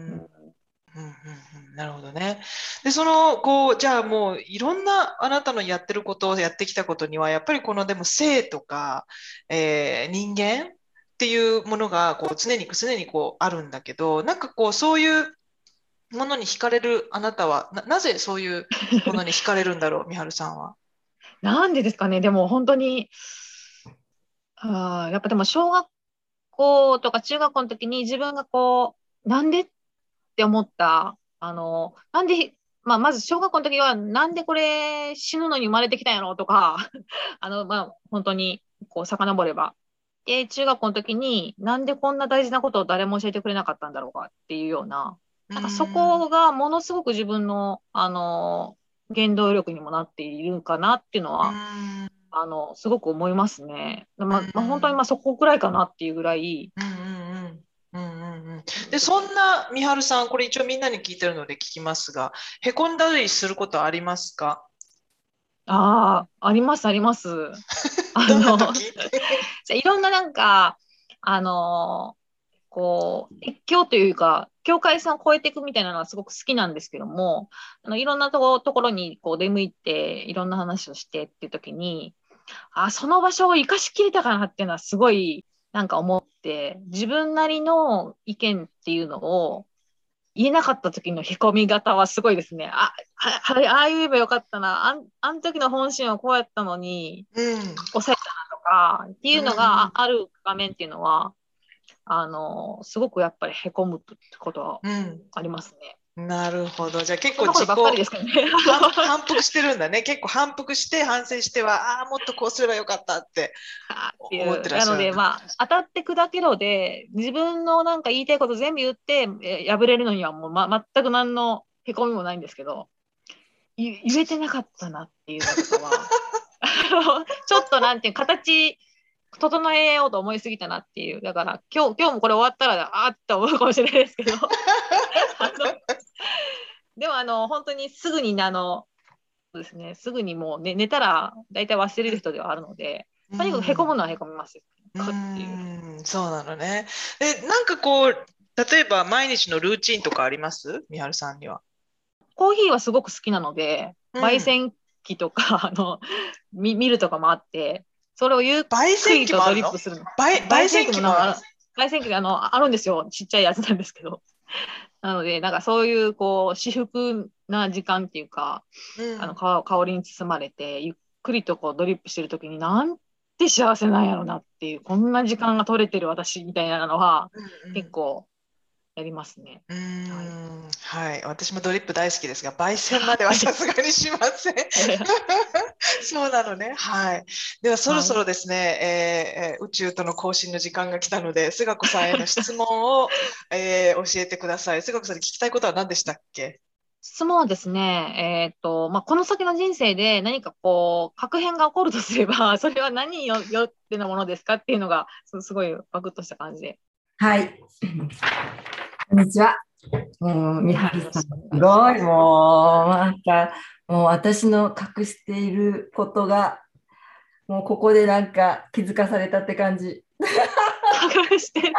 うん、 うん、うん、うん、なるほどね。で、その、こう、じゃあもう、いろんなあなたのやってることをやってきたことには、やっぱりこの、でも、性とか、えー人間っていうものが、こう、常に、常にこう、あるんだけど、なんかこう、そういうものに惹かれるあなたは、な、なぜそういうものに惹かれるんだろう、みはるさんは。 なんでですかね。でも本当に、あーやっぱでも小学校とか中学校の時に自分がこう、なんでって思った、あの、なんで、まあ、まず小学校の時は、なんでこれ死ぬのに生まれてきたんやろとか、あの、まあ、本当に、こう、遡れば。で、中学校の時に、なんでこんな大事なことを誰も教えてくれなかったんだろうかっていうような、 うーなんかそん、 こがものすごく自分の、あの、原動力にもなっているかなっていうのうは、 ーん、 あの、すごく思いますね。 うまあ、まあ、本当にん、 まあそこくらいかなっていうぐらい、 うん、うん、うん、うん、うん。で、そんなみはるさん、これ一応みんなに聞いてるので聞きますが、へこんだりすることありますか？ ああ、あります、あります。あどんなの、 時？ いろんななんか、あの、こう、越境というか、境界線を越えていくみたいなのはすごく好きなんですけども、あのいろんなとこ、ところにこう出向いて、いろんな話をしてっていう時に、あ、その場所を生かしきれたかなっていうのはすごいなんか思って、自分なりの意見っていうのを言えなかった時のへこみ方はすごいですね。あ、あ、ああ言えばよかったな。あん、あの時の本心はこうやったのに、 うん。 抑えたなとか、っていうのがうんあある場面っていうのは、あの、すごくやっぱりへこむことはうん。 ありますね。 うん。なるほど。じゃあ結構自己そんなことばっかりですけどね。 反、反復してるんだね。結構反復して反省しては、ああー、もっとこうすればよかったってっていう。 思ってらっなので、 しゃるんだ。 まあ、当たって砕けろで、自分のなんか言いたいこと全部言って、え破れるのにはもう、ま、全く何のへこみもないんですけど、言言えてなかったなっていうのとかは、ちょっとなんていう、形、整えようと思いすぎたなっていう。だから、今日、今日もこれ終わったら、あーって思うかもしれないですけど、あの、でも、あの、本当にすぐに、あの、そうですね、すぐにもう、ね、寝たら大体忘れる人ではあるので、 うとにかくへこむん。 のはへこみますよ。 うかっていう。 ん。そうなのね。で、なんかこう、例えば毎日のルーチンとかありますみはるさんには？ コーヒーはすごく好きなので、 うん。 焙煎機とか、あの、見見るとかもあって、それをゆっ焙煎くりとド機もあるの？ リップするの。 焙、焙焙煎機もなんか、 煎機もあるの？ あ焙煎機があの、あるんですよ。ちっちゃいやつなんですけど。なので、なんかそういう、こう、至福な時間っていうか、あの、 うん。 香香りに包まれて、ゆっくりとこうドリップしてるときに、なんて幸せなんやろなっていう、こんな時間が取れてる私みたいなのは、 うん結構やりますね。 うん。うはい。 ーん。はい。私もドリップ大好きですが、焙煎まではさすがにしません。そうなのね。はい。では、そろはい。 そろですね、えーえー宇宙との交信の時間が来たので、菅子さんへの質問を、えー教えてください。菅子さんに聞きたいことは何でしたっけ？ 質問はですね、えっと、まあ、この先の人生で何かこう、確変が起こるとすれば、それは何によよってのものですかっていうのが、すすごいバクッとした感じで。 はい。こんにちは。もう、みははい、よるさん、すろしくお願いしごい、 ます。 もう、なんか、もう私の隠していることが、もうここでなんか気づかされたって感じ。 隠してる。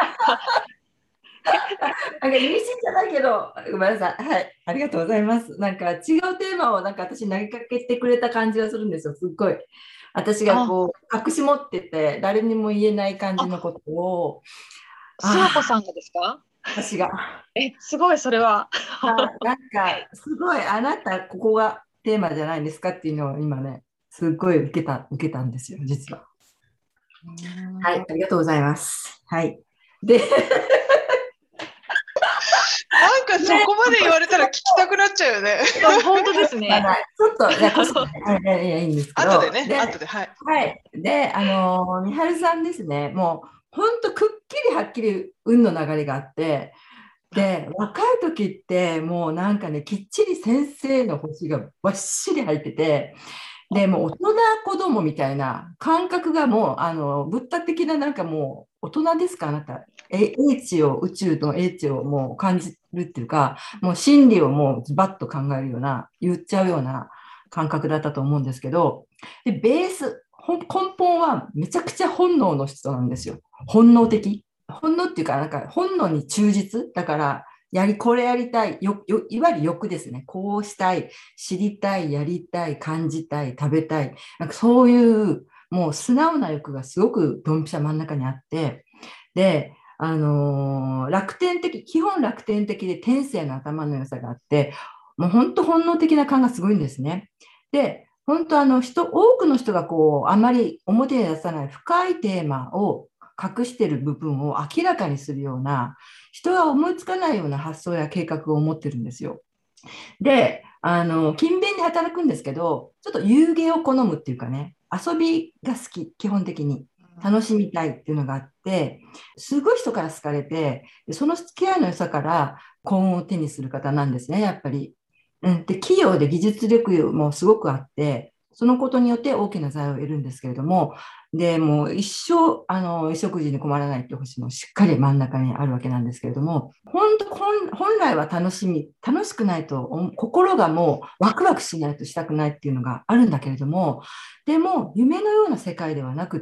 なんか意味深じゃないけど、ごめんなさい。はい。ありがとうございます。なんか違うテーマをなんか私投げかけてくれた感じがするんですよ。すっごい。私があ、 こう、隠し持ってて、誰にも言えない感じのあ、 ことを、 諏訪子ああ、 さんがですか？ 私が。 え、すごい、それは。 あ、なんか、すごい、あなた、ここがテーマじゃないですかっていうのを今ね、すっごい受けた、受けたんですよ、実は。 うーはい、 ん。 ありがとうございます。はい。で、 なんかそね、 こまで言われたら聞きたくなっちゃうよね。 いや、本当ですね。 まだちょっと、いや、こそ、 あの、 ね、いやいや、いいんですけど、 後でね、 で、 後で、はい。 はい。で、あの、みはるさんですね、もう、本当くっきりはっきり運の流れがあって、で、若い時ってもうなんかね、きっちり先生の星がわっしり入ってて、で、もう大人子供みたいな感覚がもう、あの、ブッダ的ななんかもう大人ですか、あなた。え英知を、宇宙の英知をもう感じるっていうか、もう真理をもうズバッと考えるような、言っちゃうような感覚だったと思うんですけど、で、ベース、根本はめちゃくちゃ本能の人なんですよ。本能的。本能っていうか、なんか本能に忠実。だから、やり、これやりたい。よ、よ、いわゆる欲ですね。こうしたい。知りたい、やりたい、感じたい、食べたい。なんかそういう、もう素直な欲がすごくドンピシャ真ん中にあって、で、あのー楽天的、基本楽天的で天性の頭の良さがあって、もう本当本能的な感がすごいんですね。で、本当あの人、多くの人がこう、あまり表に出さない深いテーマを隠している部分を明らかにするような、人が思いつかないような発想や計画を持ってるんですよ。で、あの、勤勉に働くんですけど、ちょっと遊戯を好むっていうかね、遊びが好き、基本的に。楽しみたいっていうのがあって、すごい人から好かれて、その付き合いの良さから幸運を手にする方なんですね、やっぱり。うん、で、器用で技術力もすごくあって、 そのことによって大きな財を得るんですけれども、でもう一生あの衣食住に困らないっていう星もしっかり真ん中にあるわけなんですけれども、本当本本来は楽しみ、楽しくないと、心がもうワクワクしないとしたくないっていうのがあるんだけれども、でも夢のような世界ではなくって、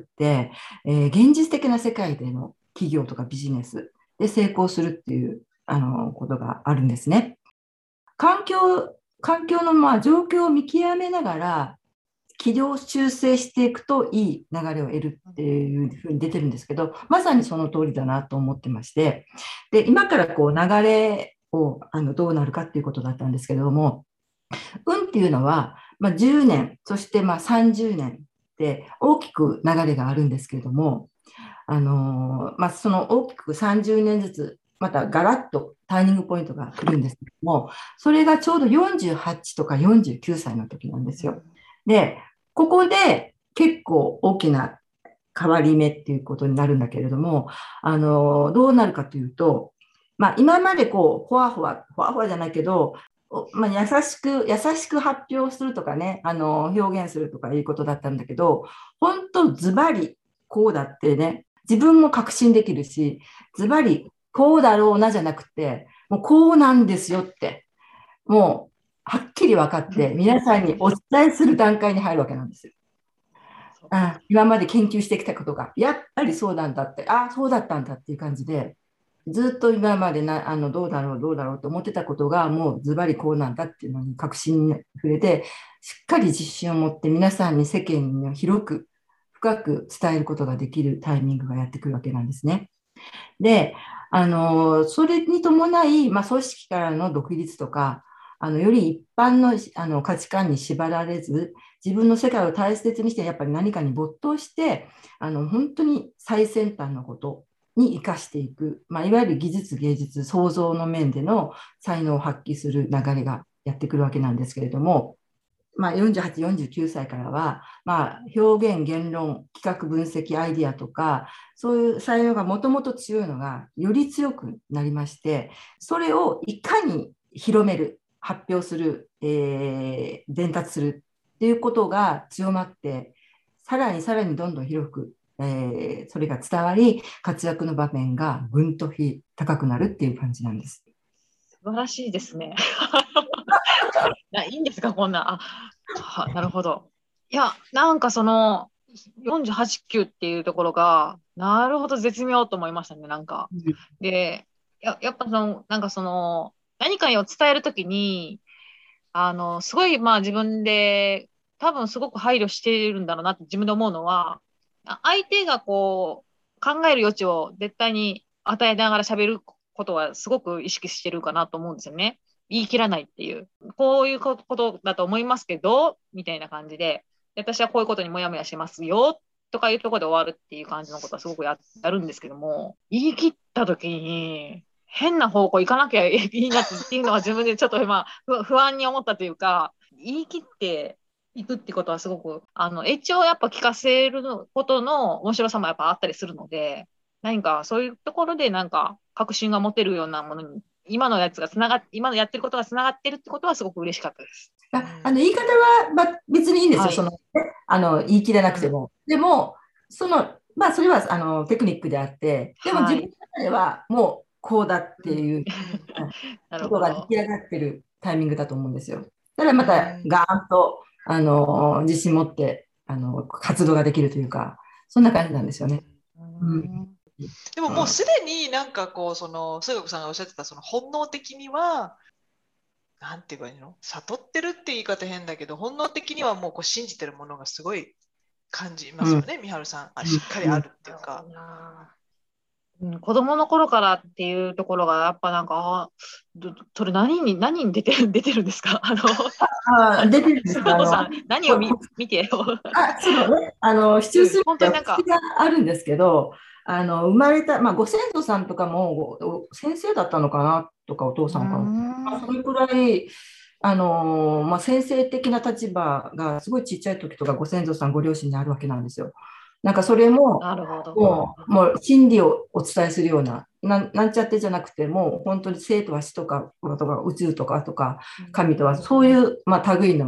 えー、現実的な世界での企業とかビジネスで成功するっていうあのことがあるんですね。環境、環境のまあ状況を見極めながら軌道を修正していくといい流れを得るっていうふうに出てるんですけど、まさにその通りだなと思ってまして、で今からこう流れをあのどうなるかっていうことだったんですけれども、運っていうのは、まあ、じゅうねん、そしてまあさんじゅうねんって大きく流れがあるんですけれども、あのまあ、その大きくさんじゅうねんずつまたガラッとターニングポイントが来るんですけども、それがちょうどよんじゅうはちとかよんじゅうきゅうさいの時なんですよ。で、ここで結構大きな変わり目っていうことになるんだけれども、あのどうなるかというと、まあ、今までこう、ほわほわ、ほわほわじゃないけど、まあ、優しく、優しく発表するとかね、あの表現するとかいうことだったんだけど、本当ズバリこうだってね、自分も確信できるし、ズバリこうだろうなじゃなくて、もうこうなんですよって、もうはっきり分かって、皆さんにお伝えする段階に入るわけなんですよ。あ、今まで研究してきたことが、やっぱりそうなんだって、ああ、そうだったんだっていう感じで、ずっと今までなあのどうだろう、どうだろうと思ってたことが、もうズバリこうなんだっていうのに確信に触れて、しっかり自信を持って皆さんに世間に広く、深く伝えることができるタイミングがやってくるわけなんですね。で、あのそれに伴い、まあ、組織からの独立とか、あのより一般の、あの価値観に縛られず、自分の世界を大切にして、やっぱり何かに没頭して、あの本当に最先端のことに生かしていく、まあ、いわゆる技術、芸術、創造の面での才能を発揮する流れがやってくるわけなんですけれども、まあ、よんじゅうはち、よんじゅうきゅうさいからは、まあ、表現、言論、企画、分析、アイディアとか、そういう才能がもともと強いのがより強くなりまして、それをいかに広める、発表する、えー、伝達するっていうことが強まって、さらにさらにどんどん広く、えー、それが伝わり、活躍の場面がぐんと高くなるっていう感じなんです。 素晴らしいですね。いいんですか、こんな。あ、なるほど。いや、なんかそのよんじゅうはち、きゅうっていうところが、なるほど、絶妙と思いましたね、なんか。うん、で、や、やっぱその、なんかその、何かを伝えるときに、あの、すごい、まあ自分で、多分すごく配慮しているんだろうなって自分で思うのは、相手がこう、考える余地を絶対に与えながら喋ることはすごく意識してるかなと思うんですよね。言い切らないっていう。こういうことだと思いますけど、みたいな感じで、私はこういうことにもやもやしますよ、とかいうところで終わるっていう感じのことはすごく や, やるんですけども、言い切った時に、変な方向行かなきゃいいなっていうのは自分でちょっと今不安に思ったというか、言い切っていくってことはすごく、あの、一応やっぱ聞かせることの面白さもやっぱあったりするので、何かそういうところでなんか確信が持てるようなものに、今のやつがつながっ、今のやってることがつながってるってことはすごく嬉しかったです。 ああの言い方は、まあ、別にいいんですよ、はい、そのあの言い切れなくても。うん、でも、そのまあ、それはあのテクニックであって、でも自分の中ではもうこうだっていう、はい、ことが出来上がってるタイミングだと思うんですよ。だからまたガーンとあの自信持ってあの活動ができるというか、そんな感じなんですよね。うん、 でももうすでになんかこう、その末子さんがおっしゃってたその本能的には、なんて言えばいいの、悟ってるって言い方変だけど、本能的にはもうこう信じてるものがすごい感じますよね、みはるさん。あ、しっかりあるっていうか。 うん、子供の頃からっていうところがやっぱなんか、あ、それ何に何に出てる出てるんですか？あのあ出てるんですか？ さん何を見見てあ、そうね。あの出場する本当になんかがあるんですけど、あの生まれた、まあ、ご先祖さんとかも先生だったのかなとかお父さんかな、まあ、それくらいあの、まあ、先生的な立場がすごいちっちゃい時とかご先祖さんご両親にあるわけなんですよ。なんかそれももう、もう真理をお伝えするような、な、なんちゃってじゃなくて、もう本当に生とは死とか、とか宇宙とかとか神とはそういう、まあ、類のも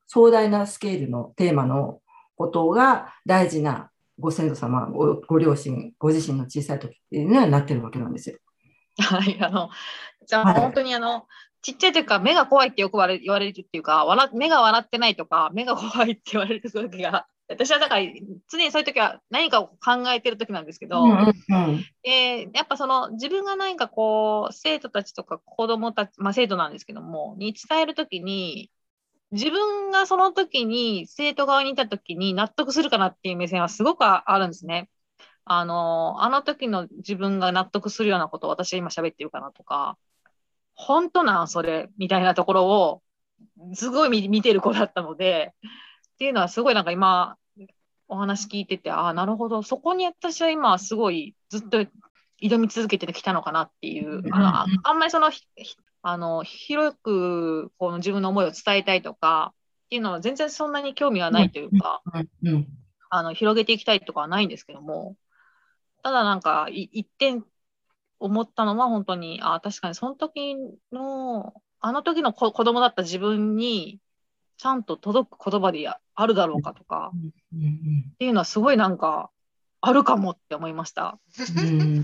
壮大なスケールのテーマのことが大事なご先祖様、ご、ご両親、ご自身の小さい時っていうのはなってるわけなんですよ。 はい、あの、じゃあ、 はい本当にあの、ちっちゃい時から目が怖いってよく言われ言われるっていうか、笑目が笑ってないとか、目が怖いって言われる時が、私はだから常にそういう時は何かを考えてる時なんですけど、 うんうんうんえーやっぱその自分が何かこう生徒たちとか子供たち、まあ、生徒なんですけどもに伝える時に自分がその時に生徒側にいた時に納得するかなっていう目線はすごくあるんですね。あの、あの時の自分が納得するようなことを私は今喋ってるかなとか、本当なんそれみたいなところをすごい見、見てる子だったので、っていうのはすごいなんか今お話聞いてて、ああ、なるほど、そこに私は今すごいずっと挑み続けてきたのかなっていう、あの、あ、あんまりその、ひあの、広くこの自分の思いを伝えたいとかっていうのは全然そんなに興味はないというか、 うんうんあの、広げていきたいとかはないんですけども、ただなんかい一点思ったのは本当に、あ、確かにその時の、あの時の子子供だった自分にちゃんと届く言葉であるだろうかとかうんうんっていうのはすごいなんかあるかもって思いました。 うん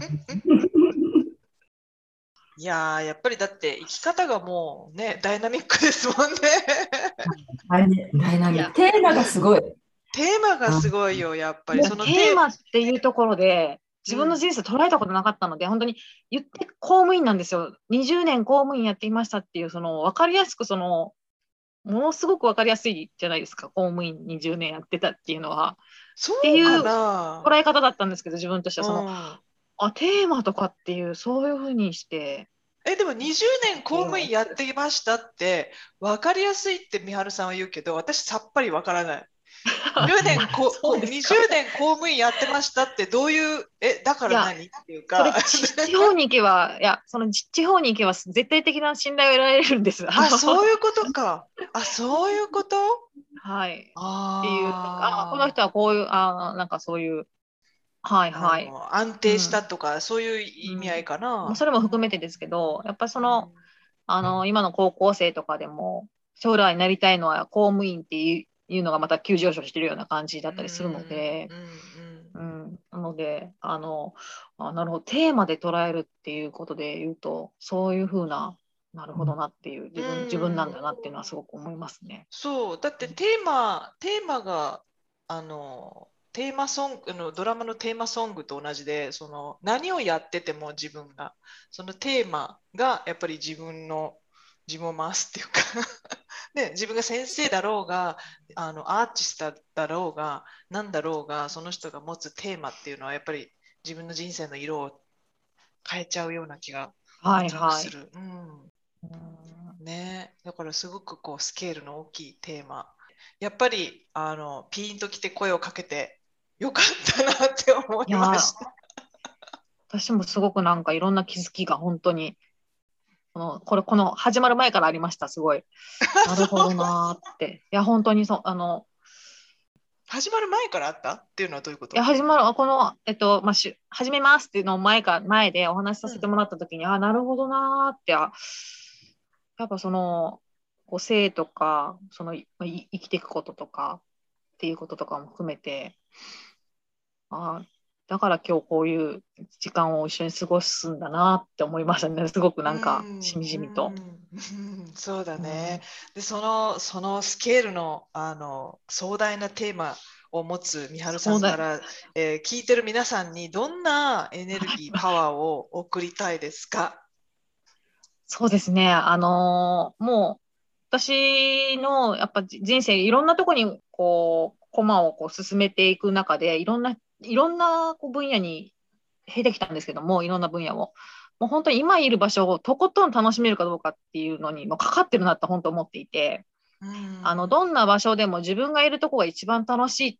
いやー、やっぱりだって生き方がもうね、ダイナミックですもんね。 ダイダイナミック。テーマがすごい。 テーマがすごいよ、やっぱり。そのテーマっていうところで自分のうん人生捉えたことなかったので、本当に言って公務員なんですよ。にじゅうねん公務員やっていましたっていう、その分かりやすくその、ものすごく分かりやすいじゃないですか、公務員にじゅうねんやってたっていうのは。 そうかっていうな。 捉え方だったんですけど、自分としてはその、 うんあ、テーマとかっていう、そういうふうにして、 え、でもにじゅうねん公務員やっていましたって分かりやすいって美晴さんは言うけど、私さっぱり分からない。にじゅうねんこそうですか。 にじゅうねん公務員やってましたってどういう、え、だから何っていうそれか。 ち地方に行けば、いや、そのち地方に行けば絶対的な信頼を得られるんです。 あ、そうう。 いうことか。あ、そういうことはい。っていう、あ、このあ人はこういう、あ、なんかそういう、はいあ、あはい。 の、安定したうん。 とか、そういう意味合いかな。 まあそれも含めてですけど、やっぱりその、 うんあの、今の高校生とかでも、将来なりたいのは公務員っていういうのがまた急上昇してるような感じだったりするので、 うんうんうん、なので、あの、あ、なるほど、テーマで捉えるっていうことで言うと、そういうふうな、なるほどなっていう、自分、自分なんだなっていうのはすごく思いますね。 そう、だってテーマ、テーマが、あの、テーマソング、あのドラマのテーマソングと同じで、その何をやってても自分が、そのテーマがやっぱり自分の、自分を回すっていうかね、自分が先生だろうが、あのアーティストだろうが、なんだろうが、その人が持つテーマっていうのはやっぱり自分の人生の色を変えちゃうような気がなんとなくはいはい。 する。うんうんね、だからすごくこうスケールの大きいテーマ。やっぱりあのピーンと来て声をかけてよかったなって思いいやー、 ました。 私もすごくなんかいろんな気づきが本当に、この、これ、この始まる前からありました、すごい。なるほどそうなーって。いや、本当にそう、あの、 始まる前からあったっていうのはどういうこいや、 と？ 始まる、この、えっと、まあ、し、始めますっていうのを前か、前でお話しさせてもらったときに、あ、なるほどなーって、あ、やっぱその、こう性とか、その、いい生きていくこととかっていうこととかも含めて、あ、だから今日こういう時間を一緒に過ごすんだなって思いましたね。すごくうなんか、 ん、 しみじみと。 うん、うんそうだうん、 ね。で、その、そのスケールの、あの壮大なテーマを持つ美晴さそうだ、 んから、えー聞いてる皆さんにどんなエネルギー、パワーを送りたいですか？ そうですね。あのーもう、私のやっぱじ人生、いろんなとこにこう、コマをこう進めていく中で、いろんな、いろんなこう分野に経てきたんですけども、いろんな分野を。もう本当に今いる場所をとことん楽しめるかどうかっていうのにもうかかってるなって本当思っていて、 うあの、 ん、 どんな場所でも自分がいるとこが一番楽しいって、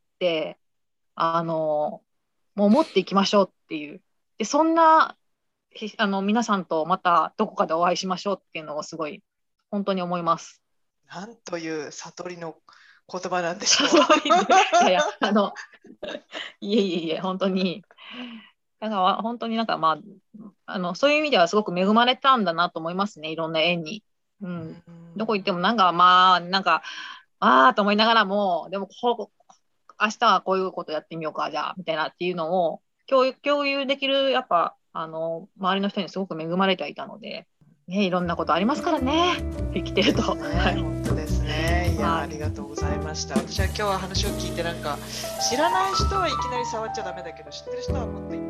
あの、もう思っていきましょうっていう。で、そんな、ひあの、皆さんとまたどこかでお会いしましょうっていうのをすごい、本当に思います。 なんという悟りの言葉なんでしょう。 そういやいや、あの、いえいえいえ、本当に、だから本当になんかまあ、あの、そういう意味ではすごく恵まれたんだなと思いますね、いろんな縁に。うん。どこ行ってもなんかまあ、なんか、 ああと思いながらも、でもこう明日はこういうことやってみようか、じゃあみたいなっていうのを共有、共有できるやっぱあの周りの人にすごく恵まれていたので、ね、いろんなことありますからね、生きてると。 ね、 はい、 本当ですね。いや、 はい、 ありがとうございました。私は今日は話を聞いてなんか知らない人はいきなり触っちゃダメだけど、知ってる人はもっといっ